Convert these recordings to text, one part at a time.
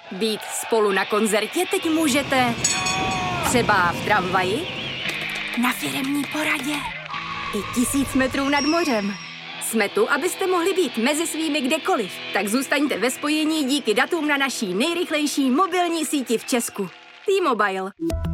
Být spolu na koncertě teď můžete třeba v tramvaji, na firemní poradě i 1000 metrů nad mořem. Jsme tu, abyste mohli být mezi svými kdekoliv. Tak zůstaňte ve spojení díky datům na naší nejrychlejší mobilní síti v Česku. T-Mobile.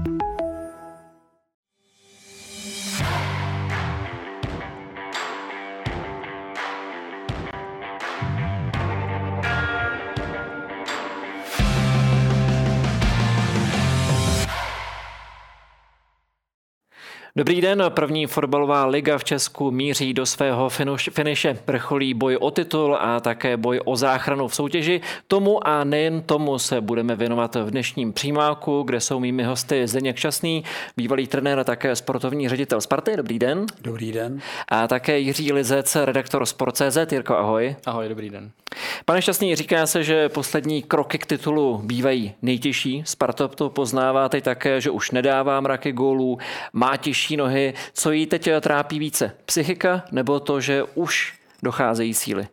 Dobrý den, první fotbalová liga v Česku míří do svého finiše. Vrcholí boj o titul a také boj o záchranu v soutěži. Tomu a nejen tomu se budeme věnovat v dnešním přímáku, kde jsou mými hosty Zdeněk Šťastný, bývalý trenér a také sportovní ředitel Sparty. Dobrý den. Dobrý den. A také Jiří Lizec, redaktor Sport.cz. Jirko, ahoj. Ahoj, dobrý den. Pane Šťastný, říká se, že poslední kroky k titulu bývají nejtěžší. Sparta to poznává teď také, že už nedává mraky gólů, má těžší nohy. Co jí teď trápí více? Psychika nebo to, že už docházejí síly?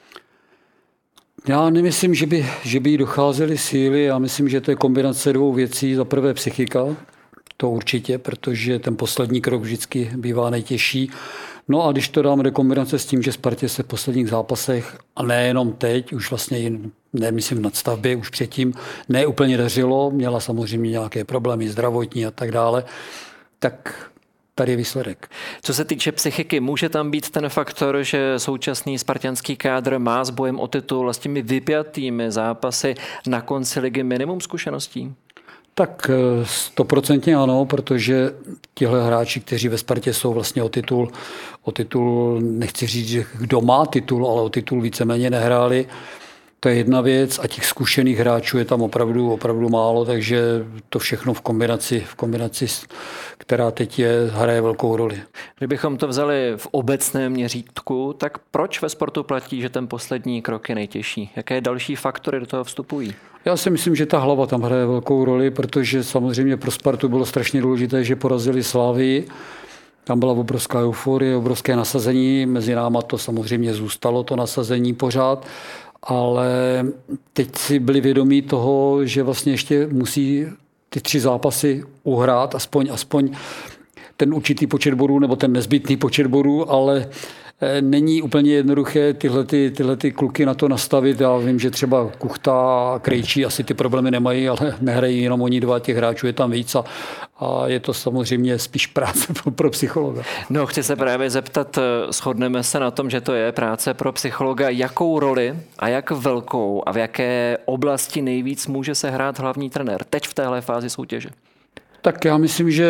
Já nemyslím, že by jí docházely síly. Já myslím, že to je kombinace dvou věcí. Za prvé psychika, to určitě, protože ten poslední krok vždycky bývá nejtěžší. No a když to dáme do kombinace s tím, že Spartě se v posledních zápasech, a nejenom teď, už vlastně nemyslím v nadstavbě, už předtím ne úplně dařilo, měla samozřejmě nějaké problémy zdravotní a tak dále, tak tady je výsledek. Co se týče psychiky, může tam být ten faktor, že současný spartanský kádr má s bojem o titul a s těmi vypjatými zápasy na konci ligy minimum zkušeností? Tak 100% ano, protože tihle hráči, kteří ve Spartě jsou vlastně o titul, nechci říct, že kdo má titul, ale o titul víceméně nehráli. To je jedna věc a těch zkušených hráčů je tam opravdu málo, takže to všechno v kombinaci, která teď je, hraje velkou roli. Kdybychom to vzali v obecném měřítku, tak proč ve sportu platí, že ten poslední krok je nejtěžší? Jaké další faktory do toho vstupují? Já si myslím, že ta hlava tam hraje velkou roli, protože samozřejmě pro Spartu bylo strašně důležité, že porazili Slavii. Tam byla obrovská euforie, obrovské nasazení, mezi náma to samozřejmě zůstalo, to nasazení pořád, ale teď si byli vědomí toho, že vlastně ještě musí ty 3 zápasy uhrát, aspoň ten určitý počet bodů, nebo ten nezbytný počet bodů, ale není úplně jednoduché tyhle kluky na to nastavit. Já vím, že třeba Kuchta a Krejčí asi ty problémy nemají, ale nehrají jenom oni dva, těch hráčů je tam víc a je to samozřejmě spíš práce pro psychologa. No, chci se právě zeptat, shodneme se na tom, že to je práce pro psychologa. Jakou roli a jak velkou a v jaké oblasti nejvíc může se hrát hlavní trenér teď v téhle fázi soutěže? Tak já myslím, že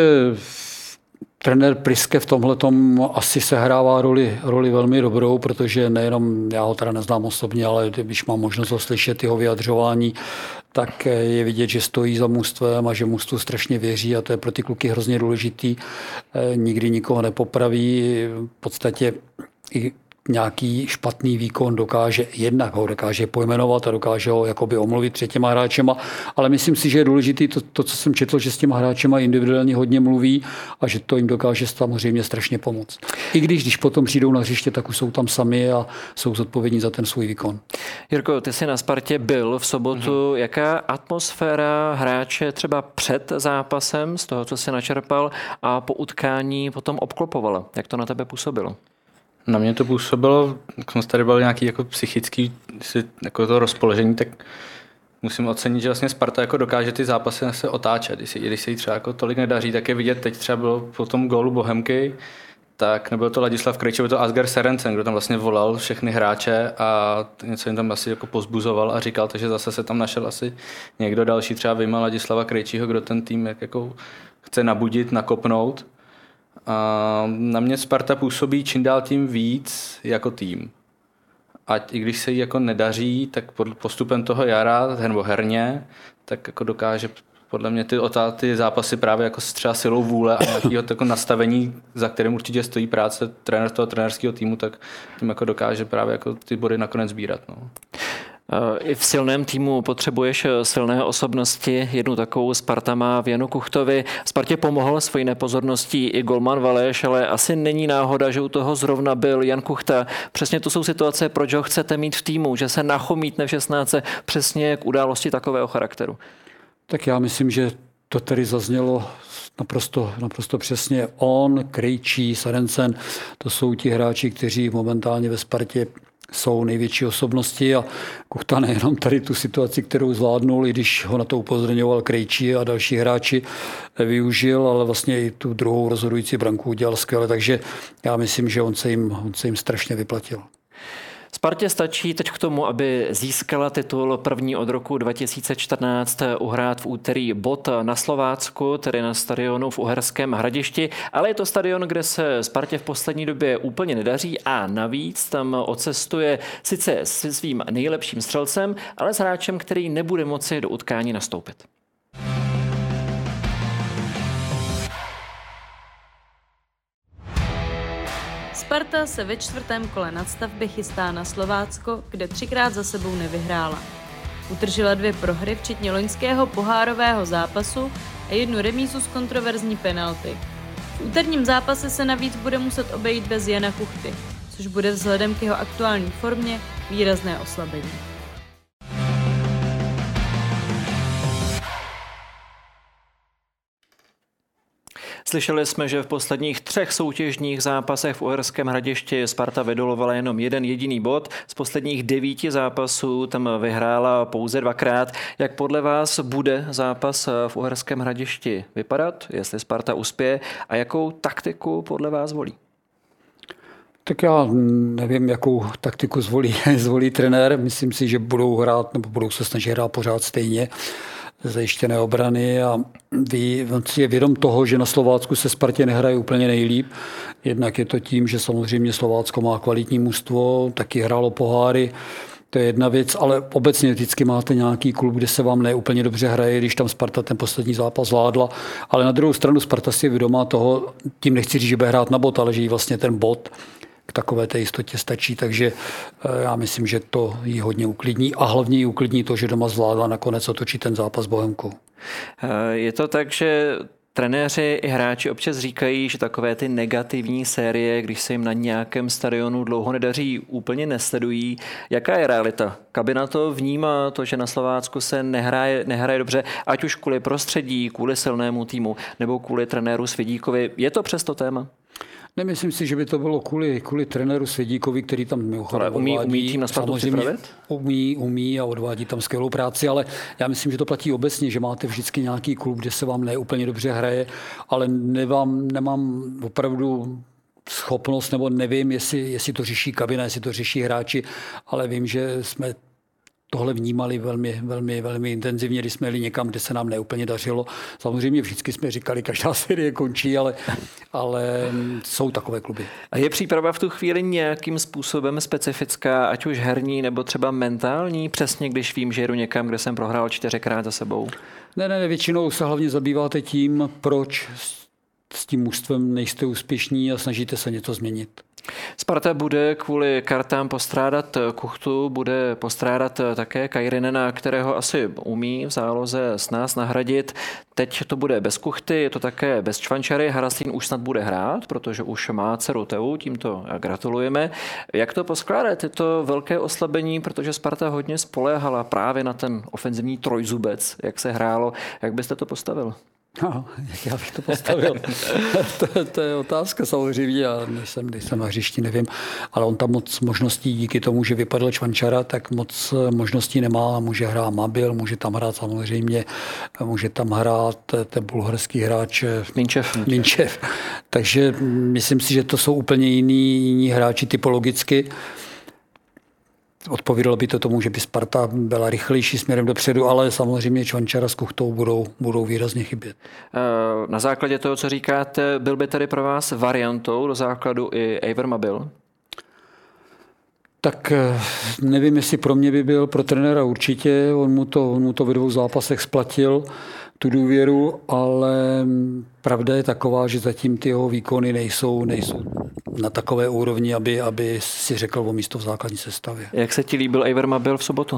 trenér Priske v tomhletom asi sehrává roli velmi dobrou, protože nejenom, já ho teda neznám osobně, ale když mám možnost ho slyšet, jeho vyjadřování, tak je vidět, že stojí za mužstvem a že mužstvu strašně věří a to je pro ty kluky hrozně důležitý. Nikdy nikoho nepopraví, v podstatě i nějaký špatný výkon jednak ho dokáže pojmenovat a dokáže ho jakoby omluvit před těma hráčema, ale myslím si, že je důležitý to, co jsem četl, že s těma hráčema individuálně hodně mluví a že to jim dokáže samozřejmě strašně pomoct. I když potom přijdou na hřiště, tak už jsou tam sami a jsou zodpovědní za ten svůj výkon. Jirko, ty jsi na Spartě byl v sobotu. Jaká atmosféra hráče třeba před zápasem, z toho, co jsi načerpal, a po utkání potom obklopovala? Jak to na tebe působilo? Na mě to působilo, jak jsem tady byl nějaký jako psychický jako to rozpoložení, tak musím ocenit, že vlastně Sparta jako dokáže ty zápasy se otáčet. Když se jí třeba jako tolik nedaří, tak je vidět, teď třeba bylo po tom gólu Bohemky, tak nebyl to Ladislav Krejčí, byl to Asger Serencen, kdo tam vlastně volal všechny hráče a něco jim tam asi jako pozbuzoval a říkal, takže zase se tam našel asi někdo další, třeba vyjma Ladislava Krejčího, kdo ten tým jako chce nabudit, nakopnout. A na mě Sparta působí čím dál tím víc jako tým. A i když se jí jako nedaří, tak postupem toho jara, nebo herně, tak jako dokáže podle mě ty zápasy právě jako třeba silou vůle a nějakého jako nastavení, za kterým určitě stojí práce toho trenérského týmu, tak tím jako dokáže právě jako ty body nakonec sbírat. No. I v silném týmu potřebuješ silné osobnosti. Jednu takovou Sparta má v Janu Kuchtovi. Spartě pomohl svojí nepozorností i golman Valeš, ale asi není náhoda, že u toho zrovna byl Jan Kuchta. Přesně to jsou situace, proč ho chcete mít v týmu, že se nachomítne v 16 přesně k události takového charakteru. Tak já myslím, že to tady zaznělo naprosto přesně. On, Krejčí, Sarencen, to jsou ti hráči, kteří momentálně ve Spartě jsou největší osobnosti a Kuchta nejenom tady tu situaci, kterou zvládnul, i když ho na to upozorňoval Krejčí a další hráči, využil, ale vlastně i tu druhou rozhodující branku udělal skvěle, takže já myslím, že on se jim strašně vyplatil. Spartě stačí teď k tomu, aby získala titul první od roku 2014, uhrát v úterý bod na Slovácku, tedy na stadionu v Uherském Hradišti, ale je to stadion, kde se Spartě v poslední době úplně nedaří a navíc tam odcestuje sice se svým nejlepším střelcem, ale s hráčem, který nebude moci do utkání nastoupit. Sparta se ve 4. kole nadstavby chystá na Slovácko, kde 3krát za sebou nevyhrála. Utržila 2 prohry, včetně loňského pohárového zápasu a 1 remízu z kontroverzní penalty. V úterním zápase se navíc bude muset obejít bez Jana Kuchty, což bude vzhledem k jeho aktuální formě výrazné oslabení. Slyšeli jsme, že v posledních 3 soutěžních zápasech v Uherském Hradišti Sparta vydolovala jenom 1 jediný bod. Z posledních 9 zápasů tam vyhrála pouze 2krát. Jak podle vás bude zápas v Uherském Hradišti vypadat, jestli Sparta uspěje a jakou taktiku podle vás volí? Tak já nevím, jakou taktiku zvolí trenér. Myslím si, že budou hrát nebo budou se snažit hrát pořád stejně. Zajištěné obrany a on si je vědom toho, že na Slovácku se Spartě nehraje úplně nejlíp. Jednak je to tím, že samozřejmě Slovácko má kvalitní mužstvo, taky hrálo poháry, to je jedna věc, ale obecně vždycky máte nějaký klub, kde se vám neúplně dobře hraje, když tam Sparta ten poslední zápas zvládla, ale na druhou stranu Sparta si je vědomá toho, tím nechci říct, že bude hrát na bod, ale že jí vlastně ten bod k takové té jistotě stačí, takže já myslím, že to jí hodně uklidní a hlavně jí uklidní to, že doma zvládla nakonec otočit ten zápas Bohemkou. Je to tak, že trenéři i hráči občas říkají, že takové ty negativní série, když se jim na nějakém stadionu dlouho nedaří, úplně nesledují. Jaká je realita? Kabina to vnímá, to, že na Slovácku se nehraje dobře, ať už kvůli prostředí, kvůli silnému týmu nebo kvůli trenéru Svědíkovi. Je to přesto téma? Nemyslím si, že by to bylo kvůli trenéru Svědíkovi, který tam mimochodem umí tým na Spartu připravit? Umí a odvádí tam skvělou práci, ale já myslím, že to platí obecně, že máte vždycky nějaký klub, kde se vám neúplně dobře hraje, ale nemám opravdu schopnost, nebo nevím, jestli to řeší kabina, jestli to řeší hráči, ale vím, že jsme tohle vnímali velmi intenzivně, když jsme jeli někam, kde se nám neúplně dařilo. Samozřejmě vždycky jsme říkali, každá série končí, ale jsou takové kluby. A je příprava v tu chvíli nějakým způsobem specifická, ať už herní nebo třeba mentální, přesně když vím, že jedu někam, kde jsem prohrál 4krát za sebou? Ne, většinou se hlavně zabýváte tím, proč s tím mužstvem nejste úspěšní a snažíte se něco změnit. Sparta bude kvůli kartám postrádat Kuchtu, bude postrádat také Kajrinena, kterého asi umí v záloze s nás nahradit. Teď to bude bez Kuchty, je to také bez Čvančary. Harastín už snad bude hrát, protože už má dceru Teu, tímto gratulujeme. Jak to poskládat? Je to velké oslabení, protože Sparta hodně spoléhala právě na ten ofenzivní trojzubec, jak se hrálo. Jak byste to postavil? No, jak já bych to postavil? to je otázka samozřejmě, já nejsem na hřišti, nevím, ale on tam moc možností, díky tomu, že vypadl Čvančara, tak moc možností nemá, může hrát Mabil, může tam hrát samozřejmě, může tam hrát ten bulharský hráč Minčev. Takže myslím si, že to jsou úplně jiní hráči typologicky. Odpovídalo by to tomu, že by Sparta byla rychlejší směrem dopředu, ale samozřejmě Čvančara s Kuchtou budou výrazně chybět. Na základě toho, co říkáte, byl by tady pro vás variantou do základu i Eivor Mabil? Tak nevím, jestli pro mě by byl, pro trenéra určitě. On mu to ve 2 zápasech splatil. tu důvěru, ale pravda je taková, že zatím ty jeho výkony nejsou na takové úrovni, aby si řekl o místo v základní sestavě. Jak se ti líbil Eivor Mabil v sobotu?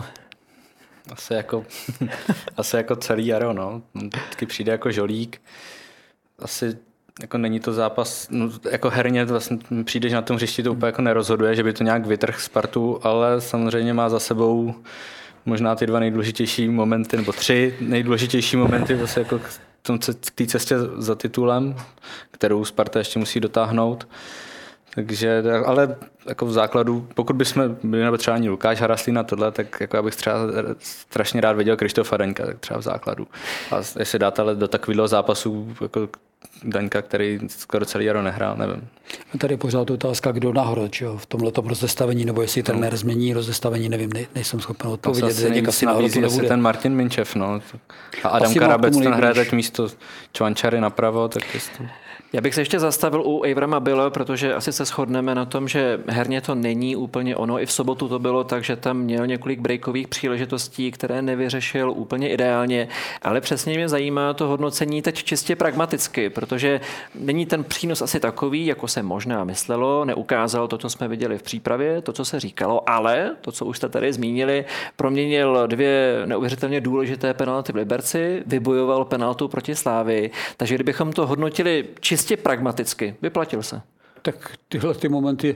Asi jako celý jaro, no. Vždycky přijde jako žolík. Asi jako není to zápas, no, jako herně vlastně přijde, že na tom hřišti to úplně jako nerozhoduje, že by to nějak vytrhl Spartu, ale samozřejmě má za sebou možná ty 2 nejdůležitější momenty, nebo 3 nejdůležitější momenty vlastně jako k té cestě za titulem, kterou Sparta ještě musí dotáhnout. Takže, ale jako v základu, pokud bychom byli nebo třeba ani Lukáš Haraslín a tohle, tak jako já bych třeba strašně rád viděl Krištofa Daňka, tak třeba v základu. A jestli dát ale do takového zápasu jako Daňka, který skoro celý jaro nehrál, nevím. Tady je pořád otázka, kdo nahrod, v tomhletom rozestavení, nebo jestli trenér změní rozestavení, nevím, nejsem schopen odpovědět. Asi nabízí asi ten Martin Minčev, no. A Adam Karabec ten hraje teď místo Čvančary napravo, tak jestli... Já bych se ještě zastavil u Eivora Mabila, protože asi se shodneme na tom, že herně to není úplně ono. I v sobotu to bylo tak, že tam měl několik breakových příležitostí, které nevyřešil úplně ideálně, ale přesně mě zajímá to hodnocení teď čistě pragmaticky, protože není ten přínos asi takový, jako se možná myslelo, neukázal to, co jsme viděli v přípravě, to, co se říkalo, ale to, co už jste tady zmínili, proměnil 2 neuvěřitelně důležité penalty v Liberci, vybojoval penaltu proti Slávii, takže kdybychom to hodnotili čistě pragmaticky, vyplatil se. Tak tyhle ty momenty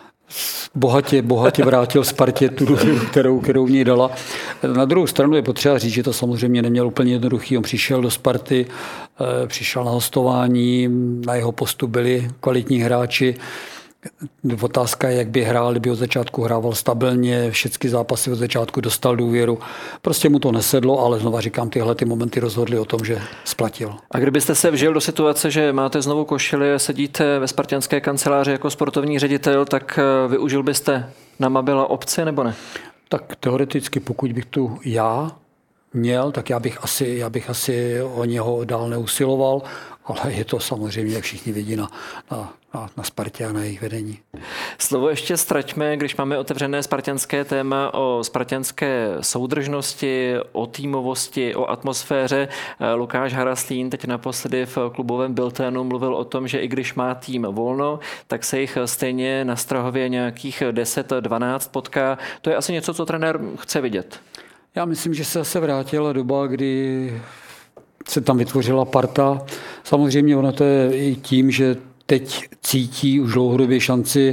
bohatě vrátil Spartě tu důvěru, kterou v něj dala. Na druhou stranu je potřeba říct, že to samozřejmě neměl úplně jednoduchý. On přišel do Sparty, přišel na hostování, na jeho postup byli kvalitní hráči. Otázka je, jak by hrál, kdyby od začátku hrával stabilně, všechny zápasy od začátku dostal důvěru. Prostě mu to nesedlo, ale znova říkám, tyhle ty momenty rozhodly o tom, že splatil. A kdybyste se vžil do situace, že máte znovu košili a sedíte ve spartanské kanceláři jako sportovní ředitel, tak využil byste na Mabila opci nebo ne? Tak teoreticky, pokud bych tu já měl, tak já bych asi o něho dál neusiloval, ale je to samozřejmě, všichni vidí na Spartě a na jejich vedení. Slovo ještě ztraťme, když máme otevřené spartanské téma o spartanské soudržnosti, o týmovosti, o atmosféře. Lukáš Haraslín teď naposledy v klubovém biltenu mluvil o tom, že i když má tým volno, tak se jich stejně na Strahově nějakých 10-12 potká. To je asi něco, co trenér chce vidět. Já myslím, že se zase vrátila doba, kdy se tam vytvořila parta. Samozřejmě ono to je i tím, že teď cítí už dlouhodobě šanci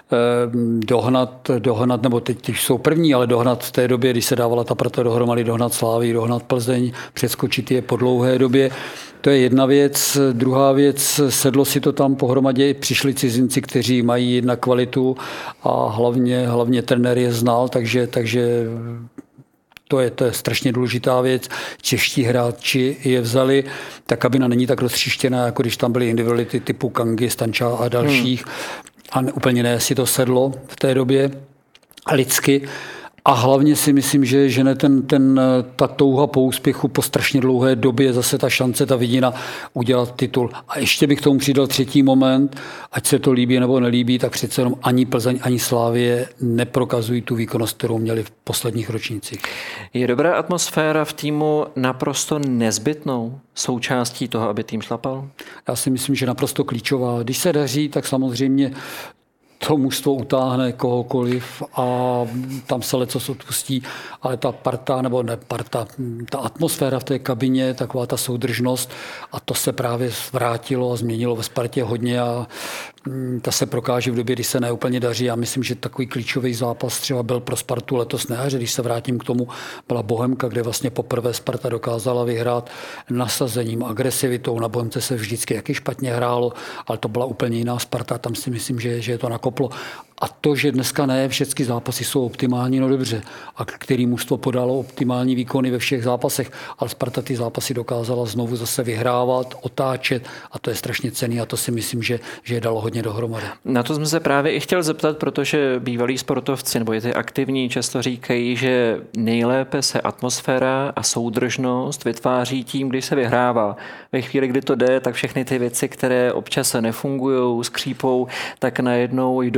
dohnat, nebo teď jsou první, ale dohnat v té době, když se dávala ta parta dohromady, dohnat Slávii, dohnat Plzeň, přeskočit je po dlouhé době. To je jedna věc. Druhá věc, sedlo si to tam pohromadě, přišli cizinci, kteří mají jednak kvalitu a hlavně trenér je znal, takže to je strašně důležitá věc. Čeští hráči je vzali, ta kabina není tak roztříštěná, jako když tam byly individuality typu Kangy, Stanča a dalších. A úplně ne, si to sedlo v té době lidsky. A hlavně si myslím, že žene ta touha po úspěchu po strašně dlouhé době, zase ta šance, ta vidina udělat titul. A ještě bych tomu přidal třetí moment, ať se to líbí nebo nelíbí, tak přece jenom ani Plzeň, ani Slávie neprokazují tu výkonnost, kterou měli v posledních ročnících. Je dobrá atmosféra v týmu naprosto nezbytnou součástí toho, aby tým šlapal? Já si myslím, že naprosto klíčová. Když se daří, tak samozřejmě to mužstvo utáhne kohokoliv a tam se lecos odpustí, ale ta parta, nebo ne parta, ta atmosféra v té kabině, taková ta soudržnost a to se právě vrátilo a změnilo ve Spartě hodně a ta se prokáže v době, kdy se neúplně daří. Já myslím, že takový klíčový zápas třeba byl pro Spartu letos ne, že když se vrátím k tomu, byla Bohemka, kde vlastně poprvé Sparta dokázala vyhrát nasazením, agresivitou. Na Bohemce se vždycky jaký špatně hrálo, ale to byla úplně jiná Sparta, tam si myslím, že je to nakoplo. A to, že dneska ne všechny zápasy jsou optimální, no dobře. A který mužstvo podalo optimální výkony ve všech zápasech, ale Sparta ty zápasy dokázala znovu zase vyhrávat, otáčet a to je strašně cenný a to si myslím, že je dalo hodně dohromady. Na to jsem se právě i chtěl zeptat, protože bývalí sportovci nebo ty aktivní často říkají, že nejlépe se atmosféra a soudržnost vytváří tím, když se vyhrává. Ve chvíli, kdy to jde, tak všechny ty věci, které občas nefungují, skřípou, tak najednou jdou.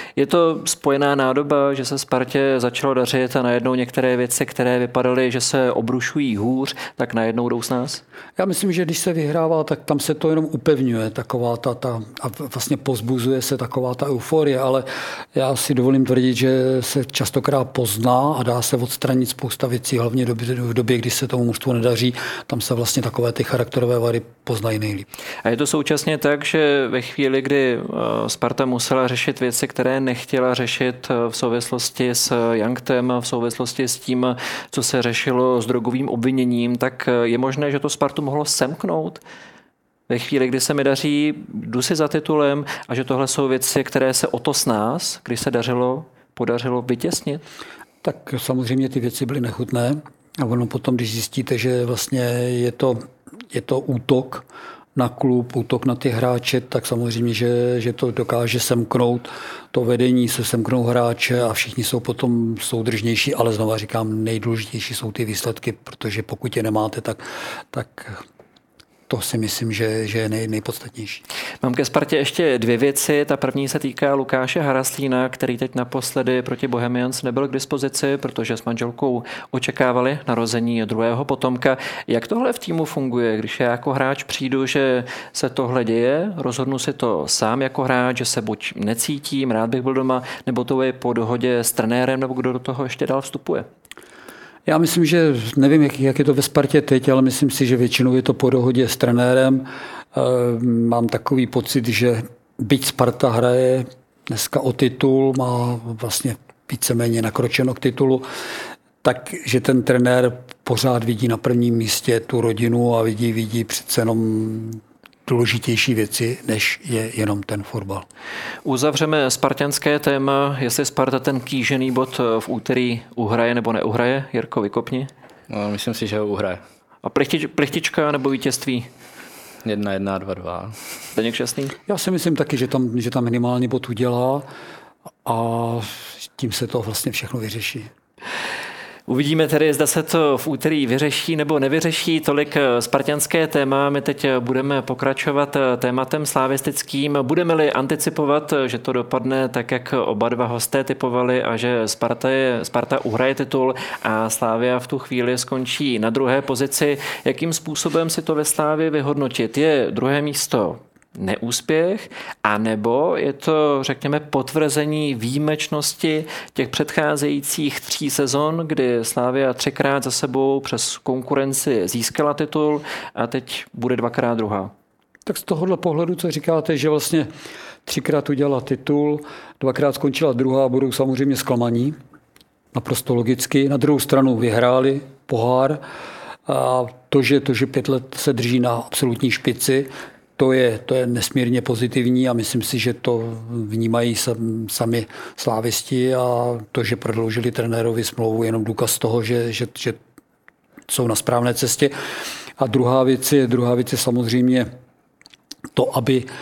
Je to spojená nádoba, že se Spartě začalo dařit a najednou některé věci, které vypadaly, že se obrušují hůř, tak najednou jdou s nás? Já myslím, že když se vyhrává, tak tam se to jenom upevňuje, taková a vlastně pozbuzuje se taková ta euforie, ale já si dovolím tvrdit, že se častokrát pozná a dá se odstranit spousta věcí, hlavně v době, kdy se tomu mužstvu nedaří, tam se vlastně takové ty charakterové vady poznají nejlíp. A je to současně tak, že ve chvíli, kdy Sparta musela řešit věci, které nechtěla řešit v souvislosti s Youngtem, v souvislosti s tím, co se řešilo s drogovým obviněním, tak je možné, že to Spartu mohlo semknout? Ve chvíli, kdy se mi daří, jdu si za titulem a že tohle jsou věci, které se o to s nás, kdy se podařilo vytěsnit? Tak samozřejmě ty věci byly nechutné a ono potom, když zjistíte, že vlastně je to útok na klub, útok na ty hráče, tak samozřejmě, že to dokáže semknout to vedení, se semknou hráče a všichni jsou potom soudržnější, ale znova říkám, nejdůležitější jsou ty výsledky, protože pokud je nemáte, tak to si myslím, že je nejpodstatnější. Mám ke Spartě ještě dvě věci. Ta první se týká Lukáše Haraslína, který teď naposledy proti Bohemians nebyl k dispozici, protože s manželkou očekávali narození druhého potomka. Jak tohle v týmu funguje, když já jako hráč přijdu, že se tohle děje, rozhodnu si to sám jako hráč, že se buď necítím, rád bych byl doma, nebo to je po dohodě s trenérem, nebo kdo do toho ještě dál vstupuje? Já myslím, že nevím, jak je to ve Spartě teď, ale myslím si, že většinou je to po dohodě s trenérem. Mám takový pocit, že byť Sparta hraje dneska o titul, má vlastně víceméně nakročeno k titulu, takže ten trenér pořád vidí na prvním místě tu rodinu a vidí přece jenom důležitější věci, než je jenom ten fotbal. Uzavřeme spartanské téma, jestli Sparta ten kýžený bod v úterý uhraje nebo neuhraje. Jirko, vykopni. No, myslím si, že ho uhraje. A plechtička nebo vítězství? 1-1, 2-2. Zdeněk Šťastný? Já si myslím taky, že tam minimální bod udělá a tím se to vlastně všechno vyřeší. Uvidíme tedy, zda se to v úterý vyřeší nebo nevyřeší. Tolik spartanské téma. My teď budeme pokračovat tématem slavistickým. Budeme-li anticipovat, že to dopadne tak, jak oba dva hosté typovali a že Sparta uhraje titul a Slavia v tu chvíli skončí na druhé pozici. Jakým způsobem si to ve Slavii vyhodnotit? Je druhé místo neúspěch, anebo je to, řekněme, potvrzení výjimečnosti těch předcházejících 3 sezon, kdy Slavia 3krát za sebou přes konkurenci získala titul a teď bude 2krát druhá. Tak z tohohle pohledu, co říkáte, že vlastně 3krát udělala titul, 2krát skončila druhá, budou samozřejmě zklamaní, naprosto logicky. Na druhou stranu vyhráli pohár a to, že 5 let se drží na absolutní špici, to je nesmírně pozitivní a myslím si, že to vnímají sami slávisti a to, že prodloužili trenérovi smlouvu, jenom důkaz toho, že jsou na správné cestě. A druhá věc je samozřejmě to,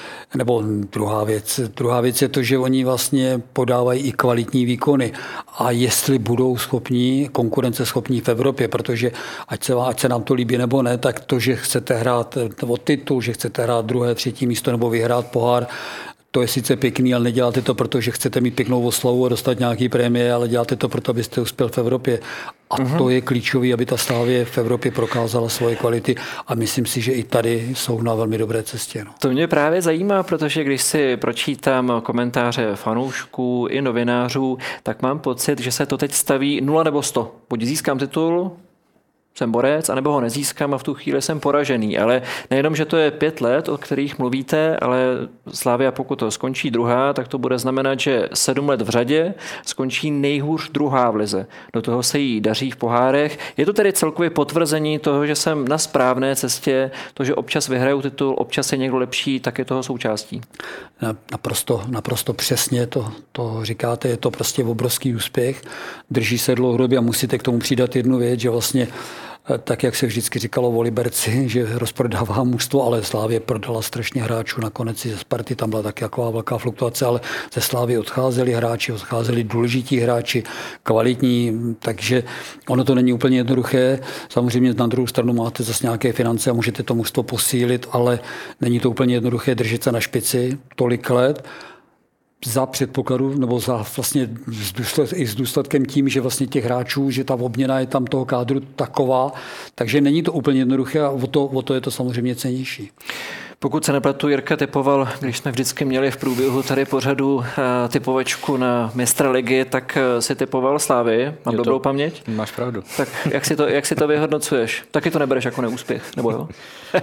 druhá věc je to, že oni vlastně podávají i kvalitní výkony a jestli budou konkurenceschopní v Evropě, protože ať se nám to líbí nebo ne, tak to, že chcete hrát o titul, že chcete hrát 2., 3. místo nebo vyhrát pohár, to je sice pěkný, ale neděláte to, protože chcete mít pěknou oslavu a dostat nějaký prémie, ale děláte to proto, abyste uspěl v Evropě. A to je klíčové, aby ta Slavie v Evropě prokázala svoje kvality a myslím si, že i tady jsou na velmi dobré cestě. No. To mě právě zajímá, protože když si pročítám komentáře fanoušků i novinářů, tak mám pocit, že se to teď staví 0 nebo 100. Buď získám titul, jsem borec, anebo ho nezískám a v tu chvíli jsem poražený. Ale nejenom, že to je 5 let, o kterých mluvíte, ale Slavia, pokud to skončí druhá, tak to bude znamenat, že 7 let v řadě skončí nejhůř druhá v lize. Do toho se jí daří v pohárech. Je to tedy celkově potvrzení toho, že jsem na správné cestě, to, že občas vyhraju titul, občas je někdo lepší, tak je toho součástí. Naprosto přesně to říkáte, je to prostě obrovský úspěch. Drží se dlouhodobě a musíte k tomu přidat jednu věc, že vlastně tak, jak se vždycky říkalo o Liberci, že rozprodává mužstvo, ale Slavie prodala strašně hráčů, nakonec i ze Sparty, tam byla taky taková velká fluktuace, ale ze Slavie odcházeli hráči, odcházeli důležití hráči, kvalitní, takže ono to není úplně jednoduché. Samozřejmě na druhou stranu máte zase nějaké finance a můžete to mužstvo posílit, ale není to úplně jednoduché držet se na špici tolik let. za předpokladu, nebo za vlastně i s důsledkem tím, že vlastně těch hráčů, že ta obměna je tam toho kádru taková, takže není to úplně jednoduché a o to je to samozřejmě cennější. Pokud se nepletu, Jirka typoval, když jsme vždycky měli v průběhu tady pořadu typovačku na mistra ligy, tak si typoval Slávii. Mám dobrou paměť? Máš pravdu. Tak jak si to vyhodnocuješ? Taky to nebereš jako neúspěch, nebo jo?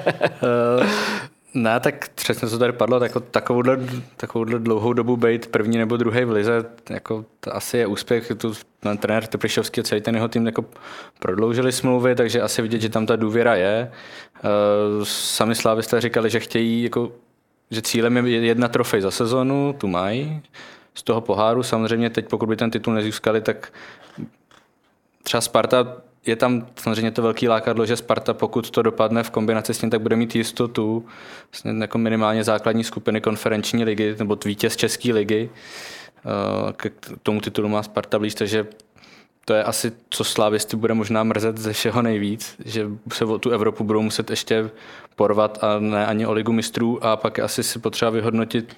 Ne, tak přesně co tady padlo, takovouhle dlouhou dobu být první nebo druhý v lize, jako to asi je úspěch. Tu trenér Trpišovský a celý ten jeho tým jako prodloužili smlouvy, takže asi vidět, že tam ta důvěra je. Sami slávisté říkali, že chtějí, jako, že cílem je 1 trofej za sezonu, tu mají. Z toho poháru samozřejmě teď, pokud by ten titul nezískali, tak třeba Sparta, je tam samozřejmě to velký lákadlo, že Sparta, pokud to dopadne v kombinaci s tím, tak bude mít jistotu vlastně jako minimálně základní skupiny konferenční ligy nebo vítěz české ligy. K tomu titulu má Sparta blíž, takže to je asi, co slávisty bude možná mrzet ze všeho nejvíc, že se o tu Evropu budou muset ještě porvat a ne ani o ligu mistrů a pak asi si potřeba vyhodnotit,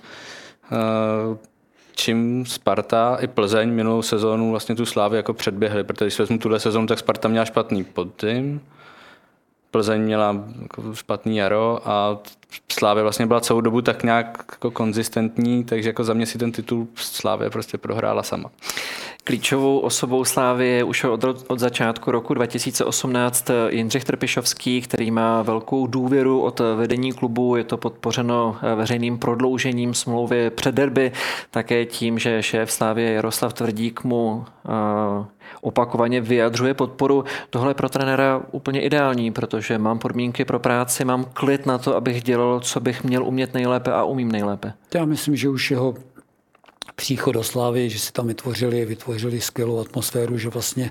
čím Sparta i Plzeň minulou sezónu vlastně tu Slávy jako předběhli, protože když vezmu tuhle sezónu, tak Sparta měla špatný podzim, Plzeň měla jako špatný jaro a Slávě vlastně byla celou dobu tak nějak jako konzistentní, takže jako za mě si ten titul Slávě prostě prohrála sama. Klíčovou osobou Slávy je už od začátku roku 2018 Jindřich Trpišovský, který má velkou důvěru od vedení klubu. Je to podpořeno veřejným prodloužením smlouvy před derby, také tím, že šéf Slávy Jaroslav Tvrdík mu opakovaně vyjadřuje podporu. Tohle je pro trenéra úplně ideální, protože mám podmínky pro práci, mám klid na to, abych dělal, co bych měl umět nejlépe a umím nejlépe. Já myslím, že už jeho příchod do Slávy, že si tam vytvořili skvělou atmosféru, že vlastně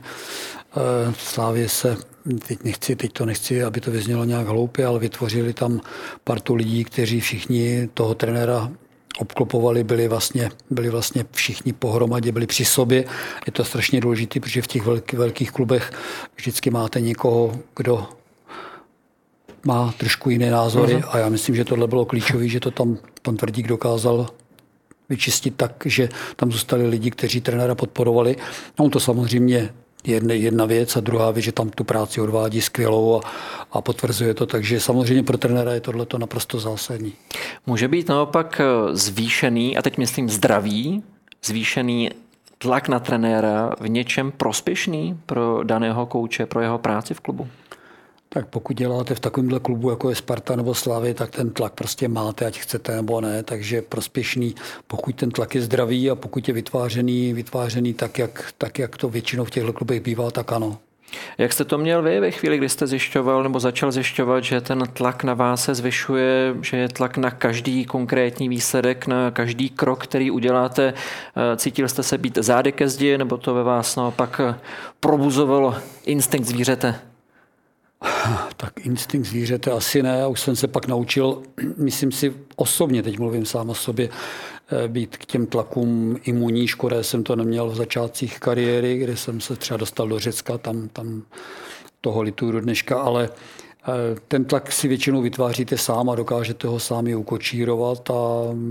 Slávě se, teď to nechci, aby to vyznělo nějak hloupě, ale vytvořili tam partu lidí, kteří všichni toho trenéra obklopovali, byli vlastně všichni pohromadě, byli při sobě. Je to strašně důležité, protože v těch velkých klubech vždycky máte někoho, kdo má trošku jiné názory a já myslím, že tohle bylo klíčové, že to tam pan Tvrdík dokázal vyčistit tak, že tam zůstali lidi, kteří trenéra podporovali. A on to samozřejmě jedna věc a druhá věc, že tam tu práci odvádí skvělou a potvrzuje to, takže samozřejmě pro trenéra je tohleto naprosto zásadní. Může být naopak zvýšený, a teď myslím zdravý, zvýšený tlak na trenéra v něčem prospěšný pro daného kouče, pro jeho práci v klubu? Tak pokud děláte v takovémhle klubu, jako je Sparta nebo Slavie, tak ten tlak prostě máte, ať chcete nebo ne, takže prospěšný, pokud ten tlak je zdravý a pokud je vytvářený tak, jak to většinou v těchto klubech bývá, tak ano. Jak jste to měl vy ve chvíli, kdy jste zjišťoval nebo začal zjišťovat, že ten tlak na vás se zvyšuje, že je tlak na každý konkrétní výsledek, na každý krok, který uděláte? Cítil jste se být zády ke zdi, nebo to ve vás naopak probuzovalo instinkt zvířete? Tak instinkt zvířete asi ne. Už jsem se pak naučil, myslím si osobně, teď mluvím sám o sobě, být k těm tlakům imunní. Škoda jsem to neměl v začátcích kariéry, kde jsem se třeba dostal do Řecka, tam toho lituju do dneška, ale ten tlak si většinou vytváříte sám a dokážete ho sami ukočírovat a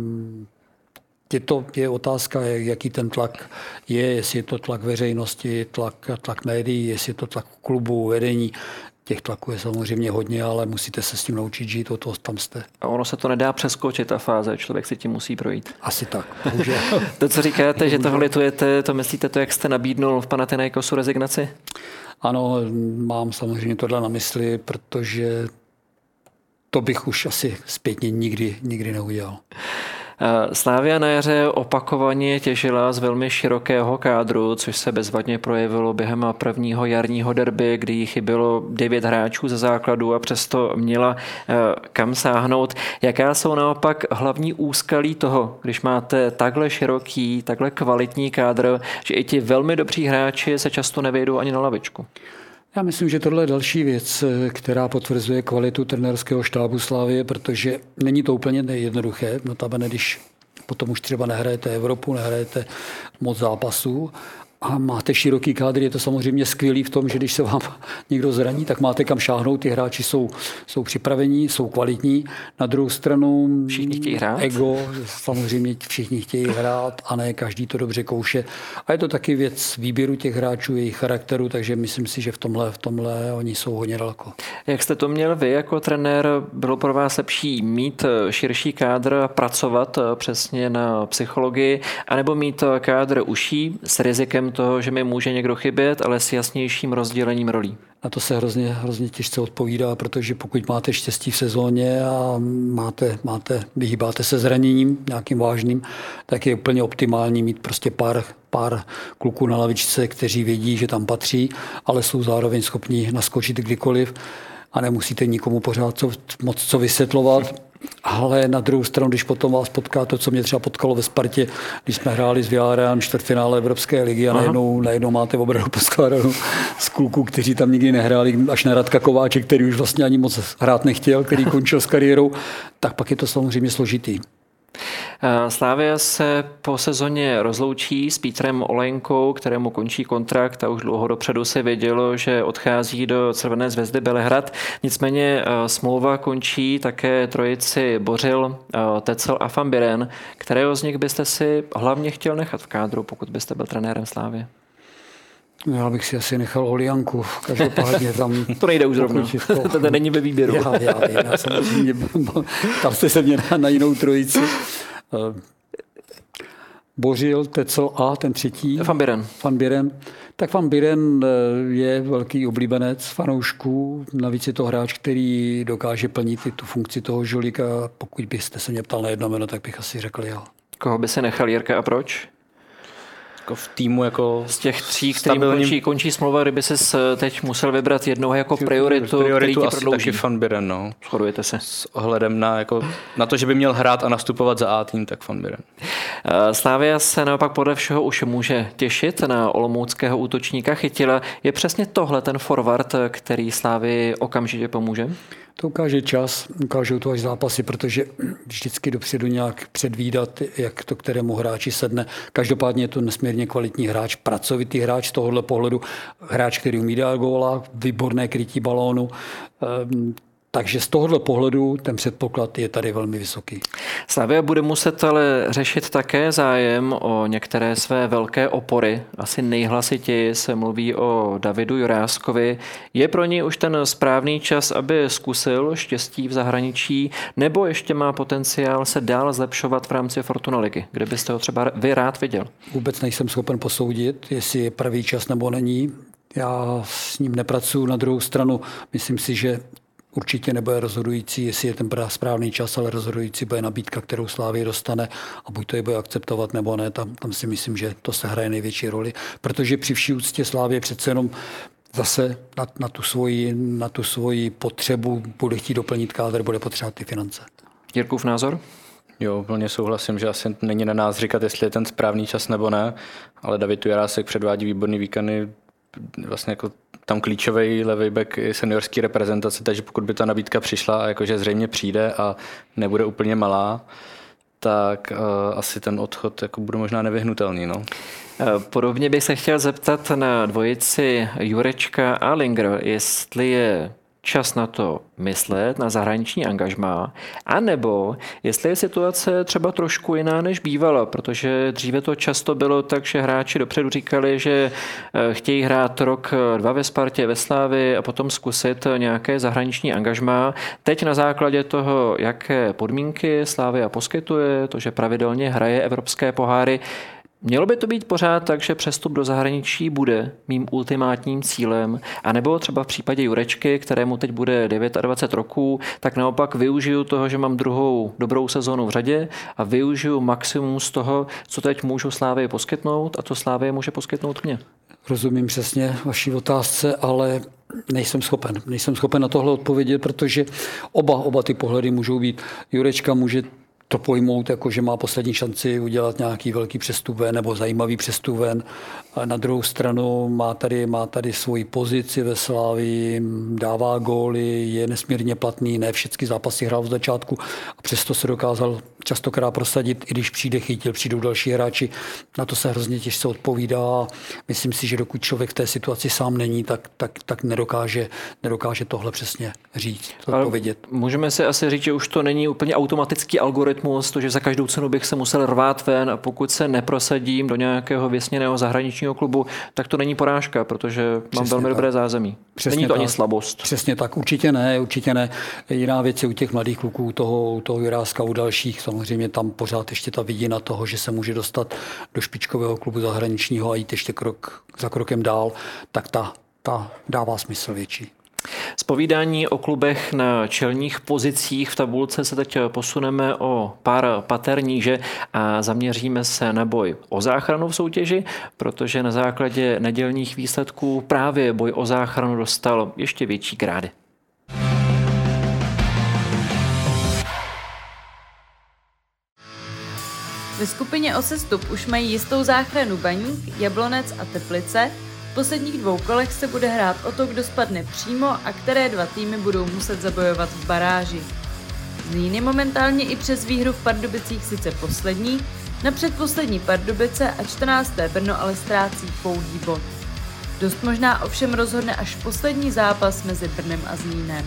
je otázka, jaký ten tlak je, jestli je to tlak veřejnosti, tlak médií, jestli je to tlak klubu, vedení. Těch tlaků je samozřejmě hodně, ale musíte se s tím naučit žít, o to tam jste. A ono se to nedá přeskočit, ta fáze, člověk si tím musí projít. Asi tak, bohužel. To, co říkáte, že toho litujete, to myslíte to, jak jste nabídnul v Panathinaikosu rezignaci? Ano, mám samozřejmě tohle na mysli, protože to bych už asi zpětně nikdy neudělal. Slavia na jaře opakovaně těžila z velmi širokého kádru, což se bezvadně projevilo během prvního jarního derby, kdy jí chybělo 9 hráčů ze základu a přesto měla kam sáhnout. Jaká jsou naopak hlavní úskalí toho, když máte takhle široký, takhle kvalitní kádr, že i ti velmi dobří hráči se často nevejdou ani na lavičku? Já myslím, že tohle je další věc, která potvrzuje kvalitu trenérského štábu Slavie, protože není to úplně jednoduché. Notabene, když potom už třeba nehrajete Evropu, nehrajete moc zápasů a máte široký kádr, je to samozřejmě skvělý v tom, že když se vám někdo zraní, tak máte kam šáhnout, ty hráči jsou připravení, jsou kvalitní. Na druhou stranu všichni chtějí hrát. Ego, samozřejmě všichni chtějí hrát a ne každý to dobře kouše. A je to taky věc výběru těch hráčů, jejich charakteru, takže myslím si, že v tomhle oni jsou hodně daleko. Jak jste to měl vy jako trenér? Bylo pro vás lepší mít širší kádr a pracovat přesně na psychologii, anebo mít kádr uší s rizikem toho, že mi může někdo chybět, ale s jasnějším rozdělením rolí? Na to se hrozně těžce odpovídá, protože pokud máte štěstí v sezóně a vyhýbáte se zraněním nějakým vážným, tak je úplně optimální mít prostě pár kluků na lavičce, kteří vědí, že tam patří, ale jsou zároveň schopni naskočit kdykoliv a nemusíte nikomu pořád moc co vysvětlovat. Ale na druhou stranu, když potom vás potká to, co mě třeba potkalo ve Spartě, když jsme hráli s Villarrealem čtvrtfinále Evropské ligy a najednou máte obranu poskládanou z kluků, kteří tam nikdy nehráli, až na Radka Kováče, který už vlastně ani moc hrát nechtěl, který končil s kariérou, tak pak je to samozřejmě složitý. Slavia se po sezóně rozloučí s Petrem Olejnkou, kterému končí kontrakt a už dlouho dopředu se vědělo, že odchází do Červené Zvezdy Bělehrad. Nicméně smlouva končí také trojici Bořil, Tecel a Van Buren. Kterého z nich byste si hlavně chtěl nechat v kádru, pokud byste byl trenérem Slavie? Já bych si asi nechal Olianku. Každopádně tam... To nejde už zrovna. To není ve výběru. Já samozřejmě... Tam jste se mě na jinou trojici. Bořil, Tecel a ten třetí. Van Buren. Tak Van Buren je velký oblíbenec fanoušků. Navíc je to hráč, který dokáže plnit tu funkci toho žolíka. Pokud byste se mě ptal na jedno jméno, tak bych asi řekl já. Koho by se nechal, Jirka, a proč? Jako v týmu jako z těch tří, kterým končí smlouva, kdyby ses teď musel vybrat jednoho jako prioritu který ti prodlouží. Taky Van Buren, no. Shodujete se. S ohledem na to, že by měl hrát a nastupovat za A tým, tak Van Buren. Slavia se naopak podle všeho už může těšit na olomouckého útočníka Chytila. Je přesně tohle ten forward, který Slavii okamžitě pomůže? To ukáže čas, ukážou to až zápasy, protože vždycky dopředu nějak předvídat, jak to kterému hráči sedne. Každopádně je to nesmírně kvalitní hráč, pracovitý hráč z tohohle pohledu, hráč, který umí dát góla, výborné krytí balónu. Takže z tohohle pohledu ten předpoklad je tady velmi vysoký. Slavia bude muset ale řešit také zájem o některé své velké opory. Asi nejhlasitěji se mluví o Davidu Juráskovi. Je pro něj už ten správný čas, aby zkusil štěstí v zahraničí, nebo ještě má potenciál se dál zlepšovat v rámci Fortuna ligy? Kde byste ho třeba vy rád viděl? Vůbec nejsem schopen posoudit, jestli je pravý čas nebo není. Já s ním nepracuji. Na druhou stranu myslím si, že určitě nebude rozhodující, jestli je ten správný čas, ale rozhodující bude nabídka, kterou Slavia dostane a buď to je bude akceptovat nebo ne. Tam si myslím, že to se hraje největší roli, protože při vší úctě Slavie přece jenom zase na tu svoji potřebu bude chtít doplnit kádr, bude potřebovat ty finance. Jirkův názor? Jo, plně souhlasím, že asi není na nás říkat, jestli je ten správný čas nebo ne, ale David Jurásek předvádí výborný výkony, vlastně jako tam klíčový levý back seniorský reprezentace, takže pokud by ta nabídka přišla a jakože zřejmě přijde a nebude úplně malá, tak asi ten odchod jako bude možná nevyhnutelný. No. Podobně bych se chtěl zeptat na dvojici Jurečka a Linger, jestli je čas na to myslet, na zahraniční angažmá, anebo jestli je situace třeba trošku jiná, než bývala, protože dříve to často bylo tak, že hráči dopředu říkali, že chtějí hrát rok, 2 ve Spartě, ve Slavii a potom zkusit nějaké zahraniční angažmá. Teď na základě toho, jaké podmínky Slavia poskytuje, to, že pravidelně hraje evropské poháry, mělo by to být pořád tak, že přestup do zahraničí bude mým ultimátním cílem, anebo třeba v případě Jurečky, kterému teď bude 29 roků, tak naopak využiju toho, že mám druhou dobrou sezónu v řadě a využiju maximum z toho, co teď můžu Slavii poskytnout a co Slavie může poskytnout mě. Rozumím přesně vaší otázce, ale nejsem schopen na tohle odpovědět, protože oba ty pohledy můžou být. Jurečka může to pojmout, jako že má poslední šanci udělat nějaký velký přestup ven nebo zajímavý přestup ven. A na druhou stranu má tady svoji pozici ve Slavii, dává góly, je nesmírně platný, ne všechny zápasy hrál v začátku a přesto se dokázal častokrát prosadit, i když přijdou další hráči. Na to se hrozně těžce odpovídá. Myslím si, že dokud člověk v té situaci sám není, tak nedokáže tohle přesně říct, odpovědět. Můžeme si asi říct, že už to není úplně automatický algoritmus, to, že za každou cenu bych se musel rvát ven a pokud se neprosadím do nějakého vysněného zahraničního klubu, tak to není porážka, protože mám velmi dobré zázemí. Není to ani slabost. Přesně tak, určitě ne. Jiná věc je u těch mladých kluků, toho Juráska, u dalších, samozřejmě tam pořád ještě ta vidina toho, že se může dostat do špičkového klubu zahraničního a jít ještě krok za krokem dál, tak ta dává smysl větší. Z povídání o klubech na čelních pozicích v tabulce se teď posuneme o pár pater níže a zaměříme se na boj o záchranu v soutěži, protože na základě nedělních výsledků právě boj o záchranu dostal ještě větší grády. Ve skupině o sestup už mají jistou záchranu Baník, Jablonec a Teplice. V posledních 2 kolech se bude hrát o to, kdo spadne přímo a které 2 týmy budou muset zabojovat v baráži. Zlín je momentálně i přes výhru v Pardubicích sice poslední, na předposlední Pardubice a 14. Brno ale ztrácí pouhý bod. Dost možná ovšem rozhodne až poslední zápas mezi Brnem a Zlínem.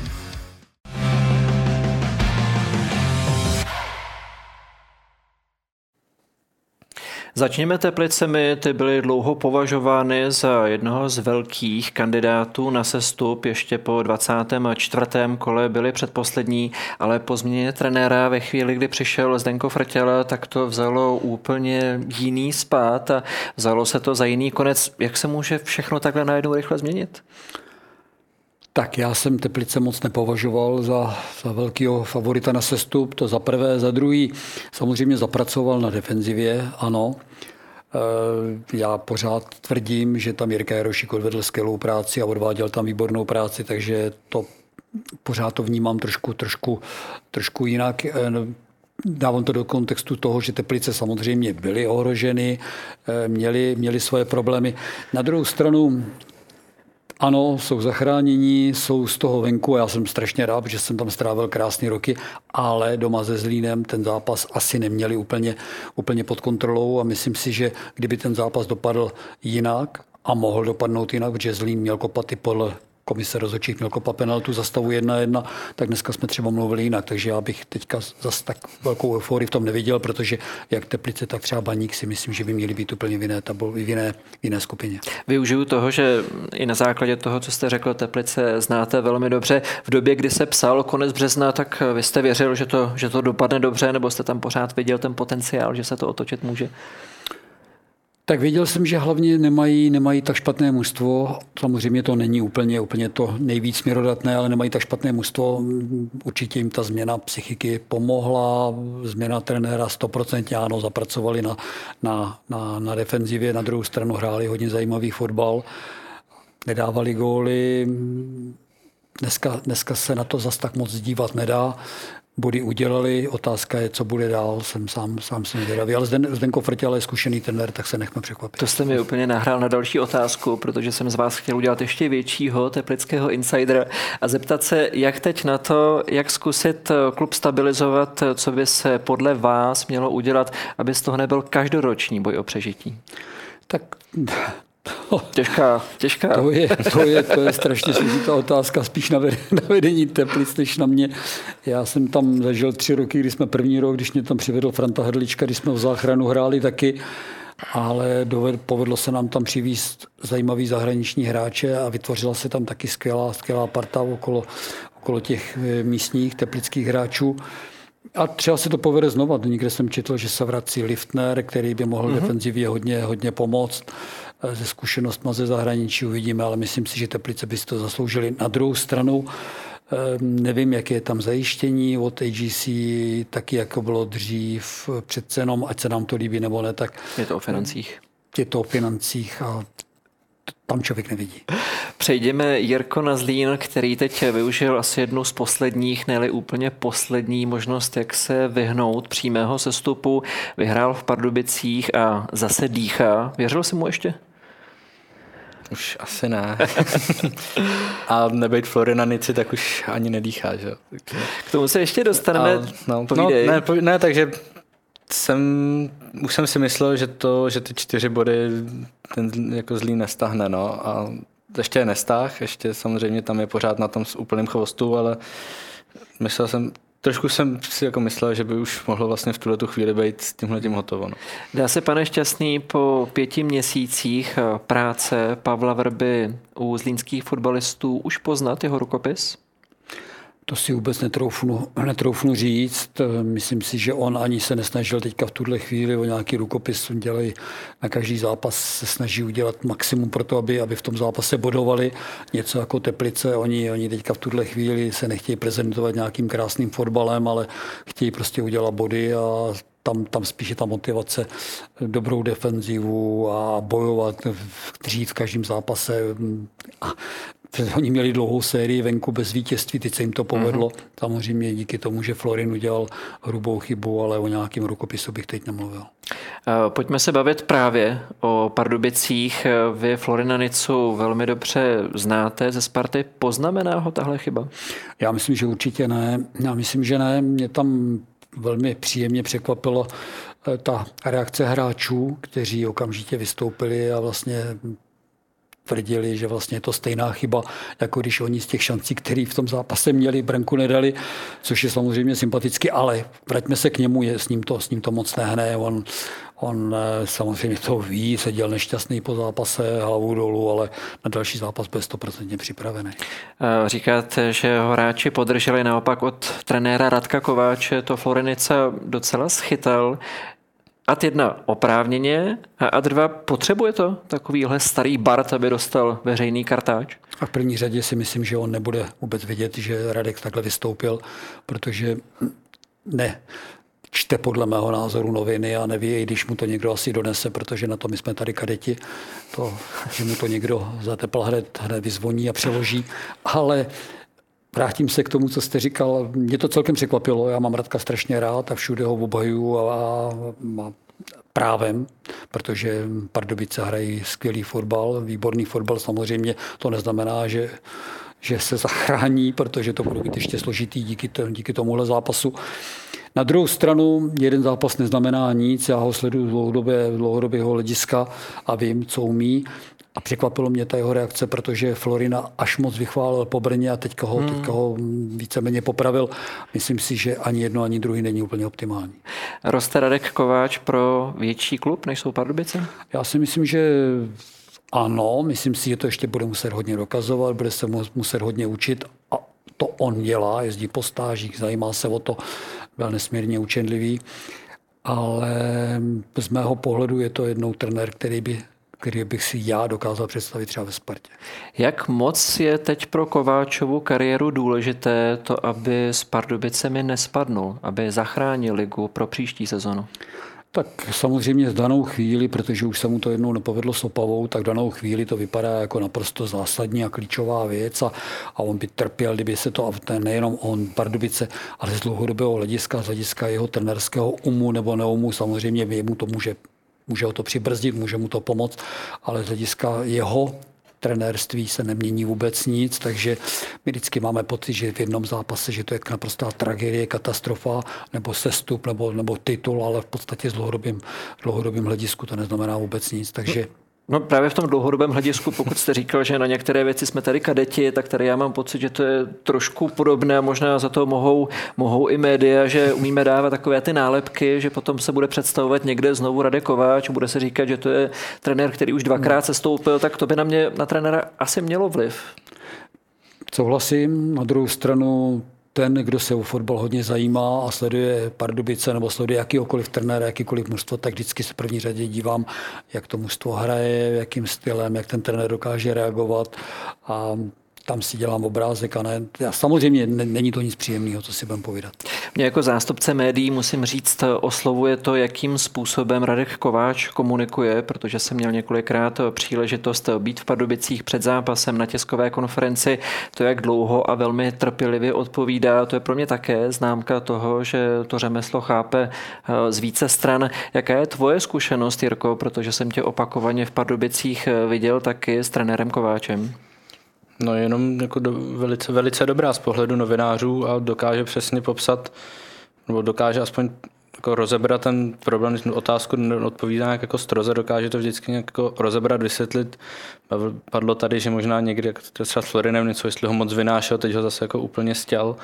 Začněme Teplicemi, ty byly dlouho považovány za jednoho z velkých kandidátů na sestup, ještě po 24. kole byli předposlední, ale po změně trenéra ve chvíli, kdy přišel Zdenko Frtěl, tak to vzalo úplně jiný spád a vzalo se to za jiný konec. Jak se může všechno takhle najednou rychle změnit? Tak já jsem Teplice moc nepovažoval za velkého favorita na sestup, to za prvé. Za druhý samozřejmě zapracoval na defenzivě, ano. Já pořád tvrdím, že tam Jirka Jarošík odvedl skvělou práci a odváděl tam výbornou práci, takže pořád to vnímám trošku jinak. Dávám to do kontextu toho, že Teplice samozřejmě byly ohroženy, měli svoje problémy. Na druhou stranu ano, jsou zachránění, jsou z toho venku a já jsem strašně rád, že jsem tam strávil krásné roky, ale doma se Zlínem ten zápas asi neměli úplně pod kontrolou a myslím si, že kdyby ten zápas dopadl jinak a mohl dopadnout jinak, protože Zlín měl kopat i podle komise rozhodčích, měl kopat penaltu za stavu 1-1, tak dneska jsme třeba mluvili jinak, takže já bych teďka zase tak velkou euforii v tom neviděl, protože jak Teplice, tak třeba Baník si myslím, že by měli být úplně v jiné skupině. Využiju toho, že i na základě toho, co jste řekl, Teplice znáte velmi dobře. V době, kdy se psal konec března, tak vy jste věřil, že to dopadne dobře, nebo jste tam pořád viděl ten potenciál, že se to otočit může? Tak věděl jsem, že hlavně nemají tak špatné mužstvo. Samozřejmě to není úplně to nejvíc směrodatné, ale nemají tak špatné mužstvo. Určitě jim ta změna psychiky pomohla. Změna trenéra 100% ano, zapracovali na defenzivě. Na druhou stranu hráli hodně zajímavý fotbal. Nedávali góly. Dneska se na to zas tak moc dívat nedá. Body udělali, otázka je, co bude dál, jsem sám jsem vědavý. Ale Zdenko Frtěl je zkušený trenér, tak se nechme překvapit. To jste mi úplně nahrál na další otázku, protože jsem z vás chtěl udělat ještě většího teplického insidera a zeptat se, jak teď na to, jak zkusit klub stabilizovat, co by se podle vás mělo udělat, aby z toho nebyl každoroční boj o přežití. Tak Těžká. To je strašně složitá otázka, spíš na vedení Teplic, než na mě. Já jsem tam zažil 3 roky, kdy jsme první rok, když mě tam přivedl Franta Hrdlička, když jsme v záchranu hráli taky, ale povedlo se nám tam přivízt zajímavý zahraniční hráče a vytvořila se tam taky skvělá parta okolo těch místních teplických hráčů. A třeba se to povede znova. Někde jsem četl, že se vrací Liftner, který by mohl defenzivě hodně pomoct. Ze zkušenostma ze zahraničí uvidíme, ale myslím si, že Teplice by si to zasloužili. Na druhou stranu nevím, jaké je tam zajištění od AGC, taky jako bylo dřív přece jenom, ať se nám to líbí nebo ne, tak je to o financích. Je to o financích a tam člověk nevidí. Přejdeme, Jirko, na Zlín, který teď využil asi jednu z posledních, ne-li úplně poslední možnost, jak se vyhnout přímého sestupu. Vyhrál v Pardubicích a zase dýchá. Věřil jsi mu ještě? Už asi ne. A nebejt Florinanici, tak už ani nedýchá, že? K tomu se ještě dostaneme. Takže už jsem si myslel, že ty 4 body ten jako Zlín nestáhne, no. A ještě je nestáh, ještě samozřejmě tam je pořád na tom s úplným chvostu, ale trošku jsem si jako myslel, že by už mohlo vlastně v tuhle chvíli být s tímhletím hotovo. No. Dá se, pane Šťastný, po 5 měsících práce Pavla Vrby u zlínských fotbalistů už poznat jeho rukopis? To si vůbec netroufnu říct. Myslím si, že on ani se nesnažil teďka v tuhle chvíli o nějaký rukopis. Dělají na každý zápas, se snaží udělat maximum pro to, aby v tom zápase bodovali. Něco jako Teplice. Oni teďka v tuhle chvíli se nechtějí prezentovat nějakým krásným fotbalem, ale chtějí prostě udělat body a tam spíše ta motivace, dobrou defenzivu a bojovat, dřív v každém zápase. Oni měli dlouhou sérii venku bez vítězství, teď se jim to povedlo. Samozřejmě díky tomu, že Florin udělal hrubou chybu, ale o nějakém rukopisu bych teď nemluvil. Pojďme se bavit právě o Pardubicích. Vy Florinanicu velmi dobře znáte ze Sparty. Poznamená ho tahle chyba? Já myslím, že určitě ne. Mě tam velmi příjemně překvapila ta reakce hráčů, kteří okamžitě vystoupili a vlastně tvrdili, že vlastně je to stejná chyba, jako když oni z těch šancí, které v tom zápase měli, branku nedali, což je samozřejmě sympaticky, ale vraťme se k němu, s ním to moc nehne. On samozřejmě to ví, seděl nešťastný po zápase, hlavu dolů, ale na další zápas byl 100% připravený. Říkáte, že ho hráči podrželi, naopak od trenéra Radka Kováče to Florinica docela schytal. Ad 1 oprávněně a Ad 2 potřebuje to takovýhle starý Bart, aby dostal veřejný kartáč? A v první řadě si myslím, že on nebude vůbec vidět, že Radek takhle vystoupil, protože čte podle mého názoru noviny a neví, i když mu to někdo asi donese, protože na to my jsme tady kadeti, že mu to někdo zatepl hned vyzvoní a přeloží, ale vrátím se k tomu, co jste říkal. Mě to celkem překvapilo. Já mám Radka strašně rád a všude ho obhajuju a právem, protože Pardubice hrají skvělý fotbal, výborný fotbal. Samozřejmě to neznamená, že se zachrání, protože to bude být ještě složitý díky tomuhle zápasu. Na druhou stranu, jeden zápas neznamená nic. Já ho sleduju dlouhodobého hlediska a vím, co umí. A překvapilo mě ta jeho reakce, protože Florina až moc vychválil po Brně a teďka ho víceméně popravil. Myslím si, že ani jedno, ani druhý není úplně optimální. Roste Radek Kováč pro větší klub, než jsou Pardubice? Já si myslím, že ano. Myslím si, že to ještě bude muset hodně dokazovat, bude se muset hodně učit a to on dělá, jezdí po stážích, zajímá se o to, byl nesmírně učenlivý, ale z mého pohledu je to jednou trenér, který bych si já dokázal představit třeba ve Spartě. Jak moc je teď pro Kováčovu kariéru důležité to, aby s Pardubicemi nespadnul, aby zachránil ligu pro příští sezonu? Tak samozřejmě v danou chvíli, protože už se mu to jednou nepovedlo s Opavou, tak v danou chvíli to vypadá jako naprosto zásadní a klíčová věc a on by trpěl, kdyby se to, nejenom on, Pardubice, ale z dlouhodobého hlediska, z hlediska jeho trenerského umu nebo neumu, samozřejmě mu to může ho to přibrzdit, může mu to pomoct, ale z hlediska jeho trenérství se nemění vůbec nic, takže my vždycky máme pocit, že v jednom zápase, že to je naprostá tragédie, katastrofa, nebo sestup, nebo titul, ale v podstatě z dlouhodobým hledisku to neznamená vůbec nic, takže No právě v tom dlouhodobém hledisku, pokud jste říkal, že na některé věci jsme tady kadeti, tak tady já mám pocit, že to je trošku podobné a možná za to mohou i média, že umíme dávat takové ty nálepky, že potom se bude představovat někde znovu Radek Kováč, bude se říkat, že to je trenér, který už 2krát sestoupil, tak to by na trenéra asi mělo vliv. Souhlasím, na druhou stranu ten, kdo se o fotbal hodně zajímá a sleduje Pardubice nebo sleduje jakýkoliv trenéra, jakýkoliv mužstvo, tak vždycky se v první řadě dívám, jak to mužstvo hraje, jakým stylem, jak ten trenér dokáže reagovat. A tam si dělám obrázek a ne. Samozřejmě není to nic příjemného, co si budem povídat. Mě jako zástupce médií musím říct, oslovuje to, jakým způsobem Radek Kováč komunikuje, protože jsem měl několikrát příležitost být v Pardubicích před zápasem na tiskové konferenci. To, jak dlouho a velmi trpělivě odpovídá, to je pro mě také známka toho, že to řemeslo chápe z více stran. Jaká je tvoje zkušenost, Jirko, protože jsem tě opakovaně v Pardubicích viděl taky s trenérem Kováčem? No jenom jako velice, velice dobrá z pohledu novinářů a dokáže přesně popsat, nebo dokáže aspoň jako rozebrat ten problém, otázku odpovídá nějak jako stroze, dokáže to vždycky nějak jako rozebrat, vysvětlit. Padlo tady, že možná někdy, jako třeba s Florinem něco, jestli ho moc vynášel, teď ho zase jako úplně stěl.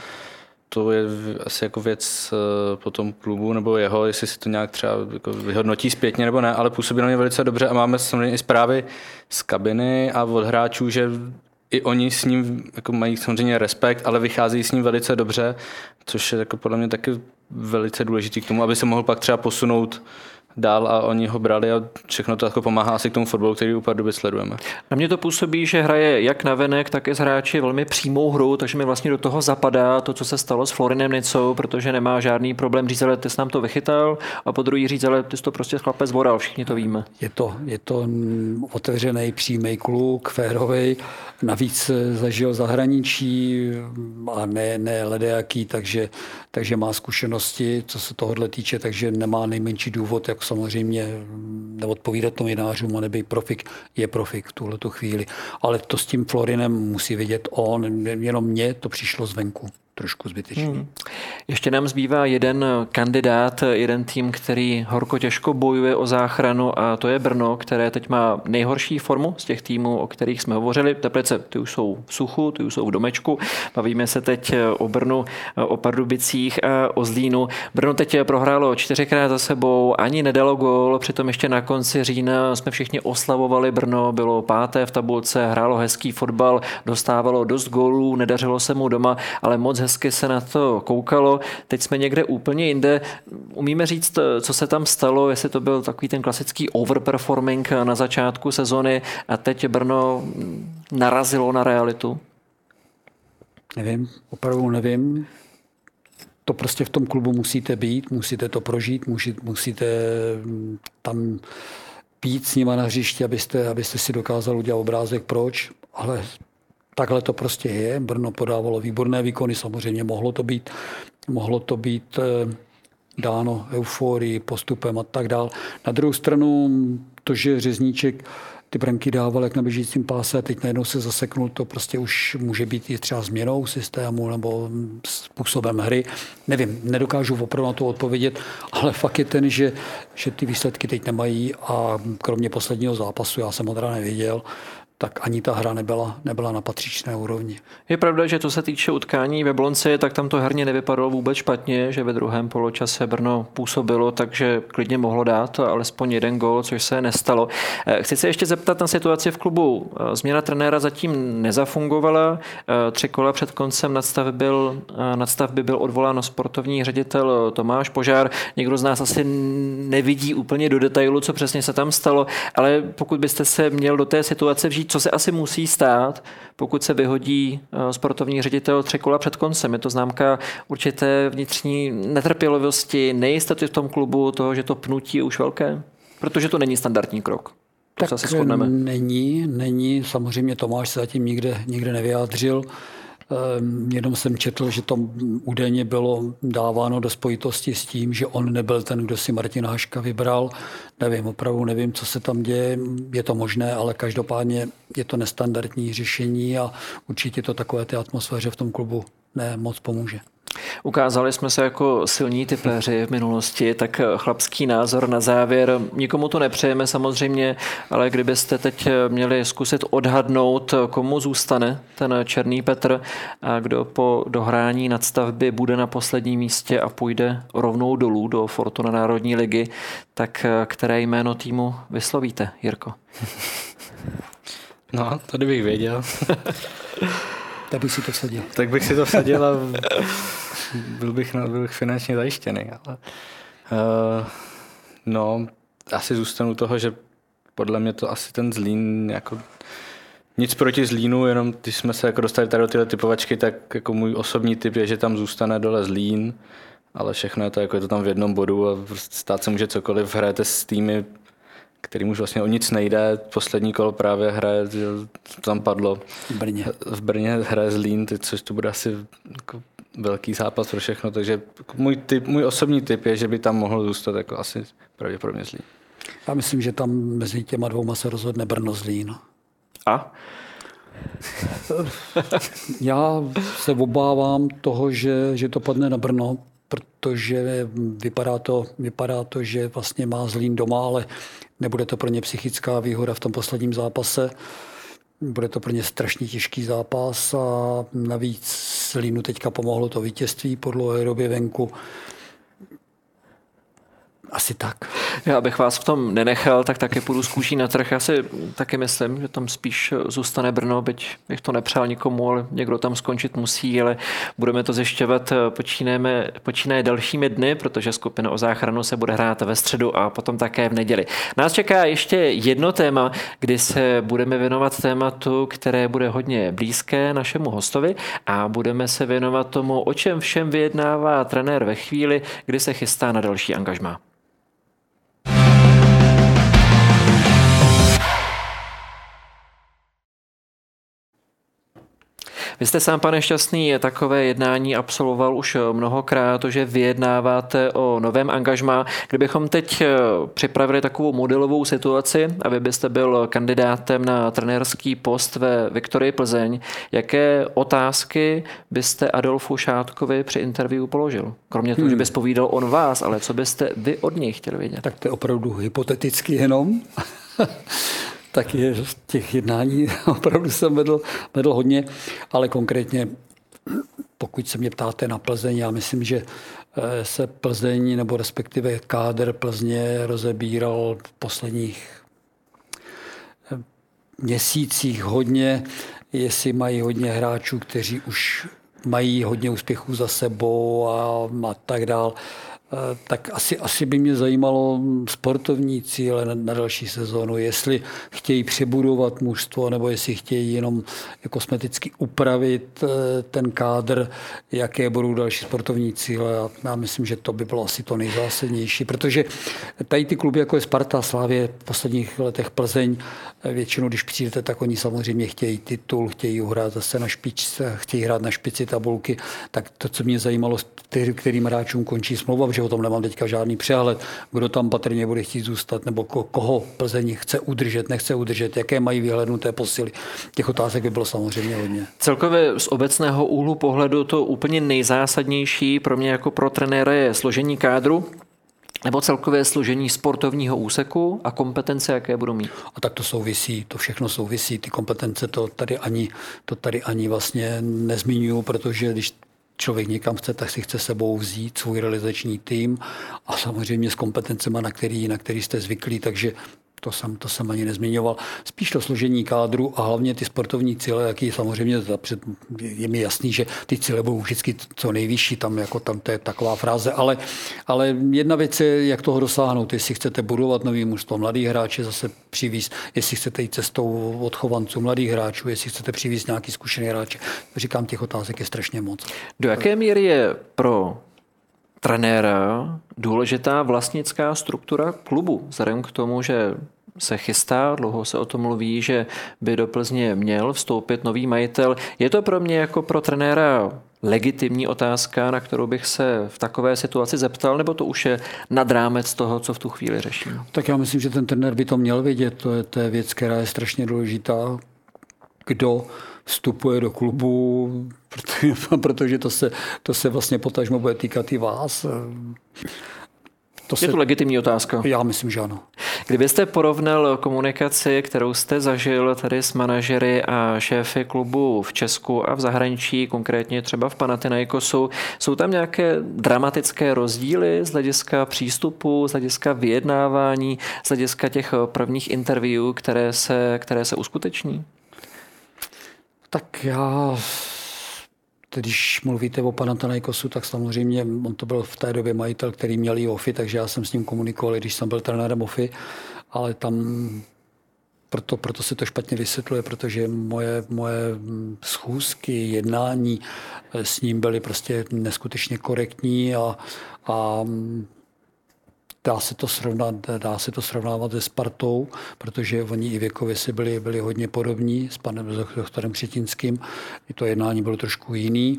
To je asi jako věc po tom klubu nebo jeho, jestli si to nějak třeba jako vyhodnotí zpětně nebo ne, ale působí na mě velice dobře a máme samozřejmě i zprávy z kabiny a od hráčů, že i oni s ním jako mají samozřejmě respekt, ale vycházejí s ním velice dobře, což je jako podle mě taky velice důležitý k tomu, aby se mohl pak třeba posunout dál a oni ho brali a všechno to jako pomáhá asi k tomu fotbalu, který u Pardubic sledujeme. Na mě to působí, že hraje jak navenek, tak i s hráči velmi přímou hru, takže mi vlastně do toho zapadá to, co se stalo s Florinem Nicou, protože nemá žádný problém říct, ale ty jsi nám to vychytal a po druhý říct, ale ty jsi to prostě chlapec zboral, všichni to víme. Je to otevřený, přímý kluk, férovej, navíc zažil zahraničí a ne ledejaký, takže má zkušenosti, co se tohohle týče, takže nemá nejmenší důvod, jak samozřejmě neodpovídat novinářům a nebej profik, je profik v tuhletu chvíli. Ale to s tím Florinem musí vidět on, jenom mně to přišlo zvenku. Trošku zbytečný. Ještě nám zbývá jeden kandidát, jeden tým, který horko těžko bojuje o záchranu a to je Brno, které teď má nejhorší formu z těch týmů, o kterých jsme hovořili. Teplice, ty už jsou v suchu, ty už jsou v domečku. Bavíme se teď o Brnu, o Pardubicích a o Zlínu. Brno teď prohrálo 4krát za sebou, ani nedalo gól, přitom ještě na konci října jsme všichni oslavovali Brno, bylo 5. v tabulce, hrálo hezký fotbal, dostávalo dost gólů, nedařilo se mu doma, ale moc hezky se na to koukalo. Teď jsme někde úplně jinde. Umíme říct, co se tam stalo, jestli to byl takový ten klasický overperforming na začátku sezony a teď Brno narazilo na realitu? Nevím, opravdu nevím. To prostě v tom klubu musíte být, musíte to prožít, musíte tam být s nima na hřišti, abyste si dokázal udělat obrázek, proč, ale takhle to prostě je. Brno podávalo výborné výkony, samozřejmě mohlo to být dáno euforii, postupem a tak dál. Na druhou stranu to, že Řezníček ty branky dával jak na běžícím páse a teď najednou se zaseknul, to prostě už může být i třeba změnou systému nebo způsobem hry. Nevím, nedokážu opravdu na to odpovědět, ale fakt je ten, že ty výsledky teď nemají a kromě posledního zápasu, já jsem ho teda neviděl, tak ani ta hra nebyla na patřičné úrovni. Je pravda, že to se týče utkání ve Blonci, tak tam to herně nevypadalo vůbec špatně, že ve druhém poločase Brno působilo, takže klidně mohlo dát alespoň jeden gól, což se nestalo. Chci se ještě zeptat na situaci v klubu. Změna trenéra zatím nezafungovala. 3 kola před koncem nadstavby byl odvolán sportovní ředitel Tomáš Požár. Někdo z nás asi nevidí úplně do detailu, co přesně se tam stalo, ale pokud byste se měl do té situace vžít, co se asi musí stát, pokud se vyhodí sportovní ředitel 3 kola před koncem. Je to známka určité vnitřní netrpělivosti, nejistoty v tom klubu, toho, že to pnutí je už velké? Protože to není standardní krok. To se asi shodneme. Není. Samozřejmě Tomáš se zatím nikde nevyjádřil. Jenom jsem četl, že to údajně bylo dáváno do spojitosti s tím, že on nebyl ten, kdo si Martina Haška vybral. Opravdu nevím, co se tam děje. Je to možné, ale každopádně je to nestandardní řešení a určitě to takové té atmosféře v tom klubu moc pomůže. Ukázali jsme se jako silní typéři v minulosti, tak chlapský názor na závěr. Nikomu to nepřejeme samozřejmě, ale kdybyste teď měli zkusit odhadnout, komu zůstane ten Černý Petr a kdo po dohrání nadstavby bude na posledním místě a půjde rovnou dolů do Fortuna Národní ligy, tak které jméno týmu vyslovíte, Jirko? No, to kdybych věděl. Tak bych si to vsadil. Tak bych si to vsadil a byl bych finančně zajištěný. Ale, asi zůstanu toho, že podle mě to asi ten Zlín jako nic proti Zlínu, jenom když jsme se jako dostali tady do tyhle typovačky, tak jako můj osobní tip je, že tam zůstane dole Zlín, ale všechno je to tam v jednom bodu a prostě stát se může cokoliv. Hrajete s týmy, kterým už vlastně o nic nejde. Poslední kolo právě hraje, tam padlo. V Brně hraje Zlín, což to bude asi jako velký zápas pro všechno, takže můj osobní tip je, že by tam mohl zůstat jako asi pravděpodobně Zlín. Já myslím, že tam mezi těma dvouma se rozhodne Brno-Zlín. A? Já se obávám toho, že to padne na Brno, protože vypadá to, že vlastně má Zlín doma, ale nebude to pro ně psychická výhoda v tom posledním zápase. Bude to pro ně strašně těžký zápas a navíc Zlínu teďka pomohlo to vítězství po dlouhé době venku. Asi tak. Já bych vás v tom nenechal, tak taky půjdu z kůží na trh. Já si taky myslím, že tam spíš zůstane Brno, byť bych to nepřál nikomu, ale někdo tam skončit musí, ale budeme to zjišťovat, počínaje dalšími dny, protože skupina o záchranu se bude hrát ve středu a potom také v neděli. Nás čeká ještě jedno téma, kdy se budeme věnovat tématu, které bude hodně blízké našemu hostovi a budeme se věnovat tomu, o čem všem vyjednává trenér ve chvíli, kdy se chystá na další angažmá. Vy jste sám, pane Šťastný, takové jednání absolvoval už mnohokrát, že vyjednáváte o novém angažmá. Kdybychom teď připravili takovou modelovou situaci a vy byste byl kandidátem na trenérský post ve Viktorii Plzeň, jaké otázky byste Adolfu Šátkovi při interview položil? Kromě toho, že bys povídal on vás, ale co byste vy od něj chtěli vědět? Tak to je opravdu hypoteticky jenom. Tak je těch jednání opravdu jsem vedl hodně, ale konkrétně, pokud se mě ptáte na Plzeň, já myslím, že se Plzeň, nebo respektive kádr Plzně rozebíral v posledních měsících hodně, jestli mají hodně hráčů, kteří už mají hodně úspěchů za sebou a tak dál. Tak asi by mě zajímalo sportovní cíle na další sezónu, jestli chtějí přebudovat mužstvo, nebo jestli chtějí jenom kosmeticky upravit ten kádr, jaké budou další sportovní cíle. A já myslím, že to by bylo asi to nejzásadnější, protože tady ty kluby, jako je Sparta, Slavie, v posledních letech Plzeň, většinou, když přijdete, tak oni samozřejmě chtějí titul, chtějí hrát zase na špičce, chtějí hrát na špici tabulky. Tak to, co mě zajímalo, kterým hráčům končí smlouva, že o tom nemám teďka žádný přehled, kdo tam patrně bude chtít zůstat, nebo koho Plzeň chce udržet, nechce udržet, jaké mají vyhlednuté posily. Těch otázek by bylo samozřejmě hodně. Celkově z obecného úhlu pohledu to úplně nejzásadnější pro mě jako pro trenéra je složení kádru, nebo celkové složení sportovního úseku a kompetence, jaké budou mít? A tak to souvisí, to všechno souvisí. Ty kompetence to tady ani vlastně nezmiňuju, protože když člověk někam chce, tak si chce sebou vzít svůj realizační tým a samozřejmě s kompetencemi, na který jste zvyklí, takže to jsem ani nezmiňoval. Spíš to složení kádru a hlavně ty sportovní cíle, jaký samozřejmě je mi jasný, že ty cíle budou vždycky co nejvyšší, tam to je taková fráze, ale jedna věc je, jak toho dosáhnout, jestli chcete budovat nový mužstvo, mladý hráče zase přivízt, jestli chcete jít cestou odchovanců mladých hráčů, jestli chcete přivízt nějaký zkušený hráče. Říkám, těch otázek je strašně moc. Do jaké míry je pro trenéra důležitá vlastnická struktura klubu? Vzhledem k tomu, že se chystá, dlouho se o tom mluví, že by do Plzně měl vstoupit nový majitel. Je to pro mě jako pro trenéra legitimní otázka, na kterou bych se v takové situaci zeptal, nebo to už je nad rámec toho, co v tu chvíli řeším? Tak já myslím, že ten trenér by to měl vědět. To je věc, která je strašně důležitá. Kdo vstupuje do klubu, protože to se vlastně potažmo bude týkat i vás. Je to legitimní otázka? Já myslím, že ano. Kdybyste porovnal komunikaci, kterou jste zažil tady s manažery a šéfy klubu v Česku a v zahraničí, konkrétně třeba v Panathinaikosu, jsou tam nějaké dramatické rozdíly z hlediska přístupu, z hlediska vyjednávání, z hlediska těch prvních interview, které se uskuteční? Tak když mluvíte o Panathinaikosu, tak samozřejmě on to byl v té době majitel, který měl i OFI, takže já jsem s ním komunikoval, když jsem byl trenérem OFI, ale tam proto se to špatně vysvětluje, protože moje schůzky, jednání s ním byly prostě neskutečně korektní a dá se to srovnávat se Spartou, protože oni i věkově si byli hodně podobní s panem doktorem Křetinským. I to jednání bylo trošku jiný.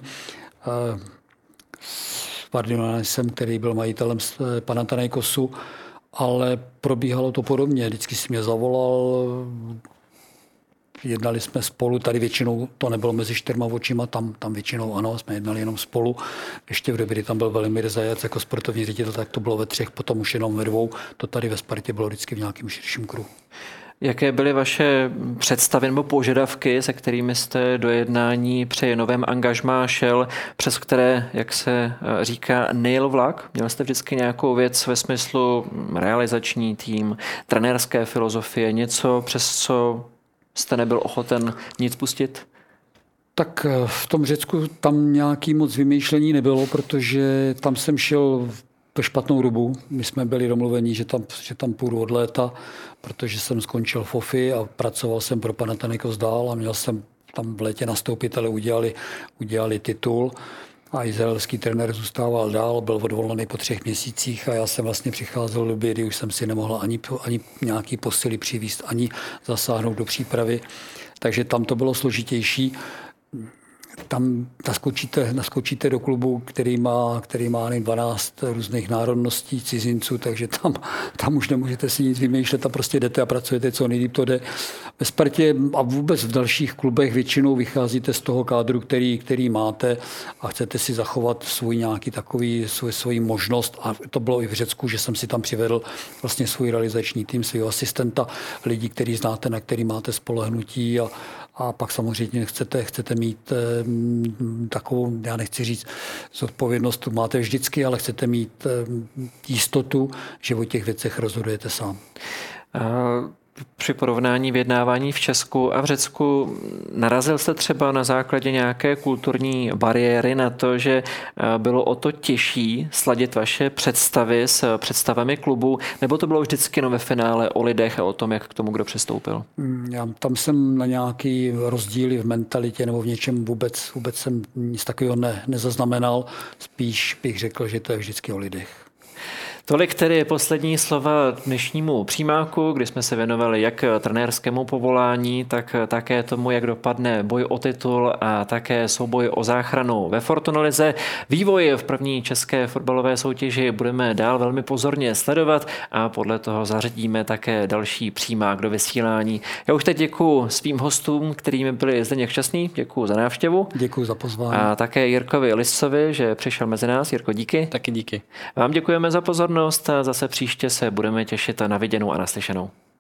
S Vardinanisem, který byl majitelem Panathinaikosu, ale probíhalo to podobně. Vždycky si mě zavolal, jednali jsme spolu, tady většinou to nebylo mezi 4 očima, tam většinou ano, jsme jednali jenom spolu. Ještě v době, kdy tam byl Velimír Zajac jako sportovní ředitel, tak to bylo ve 3, potom už jenom ve 2. To tady ve Spartě bylo vždycky v nějakém širším kruhu. Jaké byly vaše představy nebo požadavky, se kterými jste do jednání při novém angažmá šel, přes které, jak se říká, nejel vlak? Měl jste vždycky nějakou věc ve smyslu realizační tým, trenérské filozofie, něco, přes co jste nebyl ochoten nic pustit? Tak v tom Řecku tam nějaký moc vymýšlení nebylo, protože tam jsem šel ve špatnou dobu. My jsme byli domluveni, že tam půjdu od léta, protože jsem skončil FOFI a pracoval jsem pro Panathinaikos dál a měl jsem tam v létě nastoupit, ale udělali titul a izraelský trenér zůstával dál, byl odvolaný po 3 měsících a já jsem vlastně přicházel do doby, kdy už jsem si nemohla ani nějaký posily přivízt, ani zasáhnout do přípravy. Takže tam to bylo složitější. Tam naskočíte do klubu, který má 12 různých národností, cizinců, takže tam už nemůžete si nic vymýšlet a prostě jdete a pracujete, co nejlíp to jde. Ve Spartě a vůbec v dalších klubech většinou vycházíte z toho kádru, který máte a chcete si zachovat svůj nějaký takový, svoji možnost a to bylo i v Řecku, že jsem si tam přivedl vlastně svůj realizační tým, svého asistenta, lidi, který znáte, na který máte spolehnutí a pak samozřejmě chcete mít takovou, já nechci říct, zodpovědnost tu máte vždycky, ale chcete mít jistotu, že o těch věcech rozhodujete sám. Při porovnání vyjednávání v Česku a v Řecku narazil jste třeba na základě nějaké kulturní bariéry na to, že bylo o to těžší sladit vaše představy s představami klubu, nebo to bylo vždycky jenom ve finále o lidech a o tom, jak k tomu kdo přistoupil? Tam jsem na nějaký rozdíly v mentalitě nebo v něčem vůbec jsem nic takového nezaznamenal. Spíš bych řekl, že to je vždycky o lidech. Tolik tedy poslední slova dnešnímu přímáku, kdy jsme se věnovali jak trenérskému povolání, tak také tomu, jak dopadne boj o titul a také souboj o záchranu ve Fortunalize. Vývoj v první české fotbalové soutěži budeme dál velmi pozorně sledovat a podle toho zařadíme také další přímák do vysílání. Já už teď děkuji svým hostům, kterými byli Zdeněk Šťastný, děkuji za návštěvu. Děkuji za pozvání. A také Jirkovi Liscovi, že přišel mezi nás. Jirko, díky. Taky díky. Vám děkujeme za pozornost a zase příště se budeme těšit na viděnou a naslyšenou.